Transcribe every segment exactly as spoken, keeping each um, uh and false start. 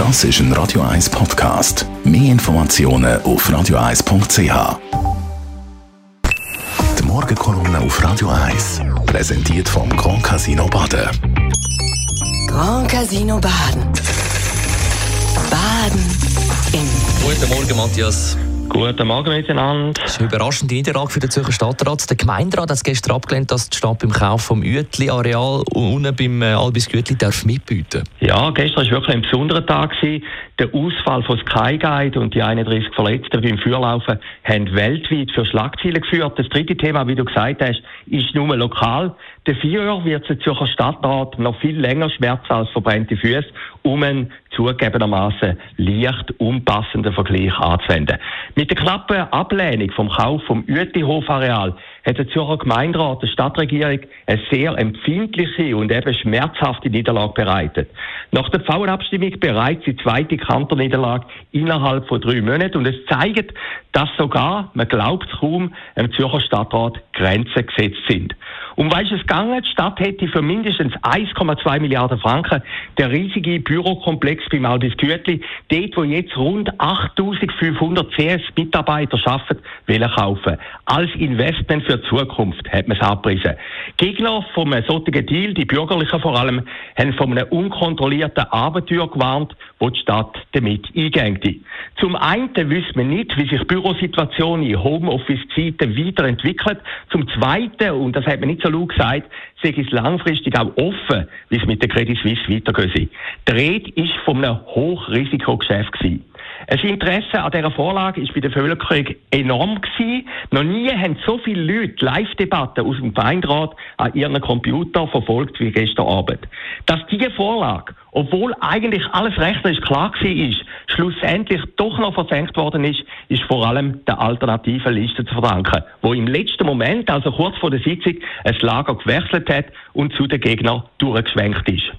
Das ist ein Radio eins Podcast. Mehr Informationen auf radio eins punkt c h. Die Morgenkolumne auf Radio eins. Präsentiert vom Grand Casino Baden. Grand Casino Baden. Baden im Guten Morgen, Matthias. Guten Morgen miteinander. Das ist eine überraschende Niederlage für den Zürcher Stadtrat. Der Gemeinderat hat gestern abgelehnt, dass die Stadt beim Kauf vom Uetli-Areal unten beim Albis Gütli darf mitbieten. Ja, gestern war wirklich ein besonderer Tag. Der Ausfall von Sky Guide und die einunddreißig Verletzten beim Feuerlaufen haben weltweit für Schlagzeilen geführt. Das dritte Thema, wie du gesagt hast, ist nur lokal. Dafür wird der Zürcher Stadtrat noch viel länger schmerzen als verbrannte Füße, um einen zugegebenermaßen leicht unpassenden Vergleich anzuwenden. Mit der knappen Ablehnung vom Kauf vom Uetli-Hofareal hat der Zürcher Gemeinderat der Stadtregierung eine sehr empfindliche und eben schmerzhafte Niederlage bereitet. Nach der Frauenabstimmung bereits die zweite Kanterniederlage innerhalb von drei Monaten, und es zeigt, dass sogar, man glaubt es kaum, im Zürcher Stadtrat Grenzen gesetzt sind. Um was ist es gegangen? Die Stadt hätte für mindestens eins Komma zwei Milliarden Franken der riesige Bürokomplex beim Albis Gütli, dort wo jetzt rund achttausendfünfhundert C S-Mitarbeiter arbeiten, wollen kaufen. Als Investment für die Zukunft hat man es abgepriesen. Gegner von einem solchen Deal, die Bürgerlichen vor allem, haben von einem unkontrollierten Abenteuer gewarnt, wo die Stadt damit eingeht. Zum einen wissen wir nicht, wie sich die Bürosituation in Homeoffice-Zeiten weiterentwickelt. Zum zweiten, und das hat man nicht so laut gesagt, sei es langfristig auch offen, wie es mit der Credit Suisse weitergehen soll. Die Rede war von einem Hochrisikogeschäft gewesen. Das Interesse an dieser Vorlage war bei der Bevölkerung enorm gewesen. Noch nie haben so viele Leute Live-Debatten aus dem Gemeinderat an ihren Computer verfolgt wie gestern Abend. Dass diese Vorlage, obwohl eigentlich alles rechnerisch klar war, schlussendlich doch noch versenkt worden ist, ist vor allem der alternativen Liste zu verdanken, wo im letzten Moment, also kurz vor der Sitzung, ein Lager gewechselt hat und zu den Gegnern durchgeschwenkt ist.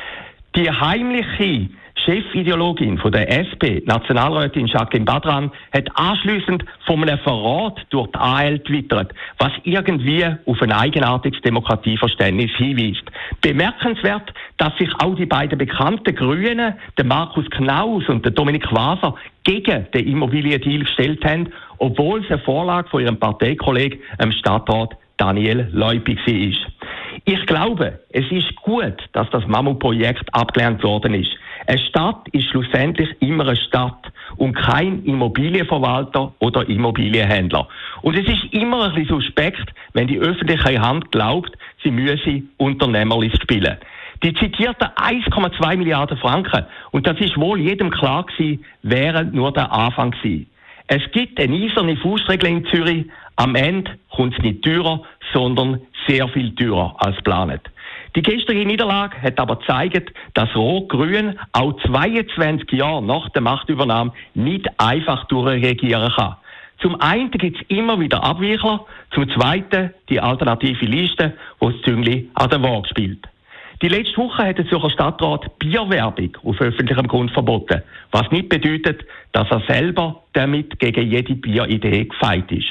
Die heimliche Chefideologin von der S P, Nationalrätin Jacqueline Badran, hat anschliessend von einem Verrat durch die A L twittert, was irgendwie auf ein eigenartiges Demokratieverständnis hinweist. Bemerkenswert, dass sich auch die beiden bekannten Grünen, der Markus Knaus und der Dominik Waser, gegen den Immobiliendeal gestellt haben, obwohl es eine Vorlage von ihrem Parteikollegen, dem Stadtrat Daniel Leupi war. Ich glaube, es ist gut, dass das Mammutprojekt abgelehnt worden ist. Eine Stadt ist schlussendlich immer eine Stadt und kein Immobilienverwalter oder Immobilienhändler. Und es ist immer ein bisschen suspekt, wenn die öffentliche Hand glaubt, sie müsse Unternehmerlist spielen. Die zitierten eins Komma zwei Milliarden Franken, und das ist wohl jedem klar gewesen, wären nur der Anfang gewesen. Es gibt eine eiserne Faustregel in Zürich. Am Ende kommt es nicht teurer, sondern sehr viel teurer als geplant. Die gestrige Niederlage hat aber gezeigt, dass Rot-Grün auch zweiundzwanzig Jahre nach der Machtübernahme nicht einfach durchregieren kann. Zum einen gibt es immer wieder Abweichler, zum zweiten die alternative Liste, die das Züngli an der Waage spielt. Die letzte Woche hat der Zürcher Stadtrat Bierwerbung auf öffentlichem Grund verboten, was nicht bedeutet, dass er selber damit gegen jede Bieridee gefeit ist.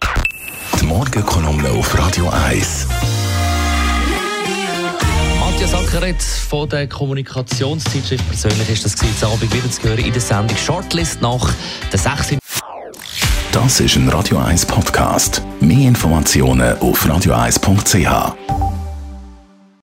Die Morgenkolumne auf Radio eins. Matthias Ackeret von der Kommunikationszeitschrift «Persönlich» ist das gewesen, Abend wieder zu hören in der Sendung «Shortlist» nach der sechs. Das ist ein Radio eins Podcast. Mehr Informationen auf radio eins punkt c h.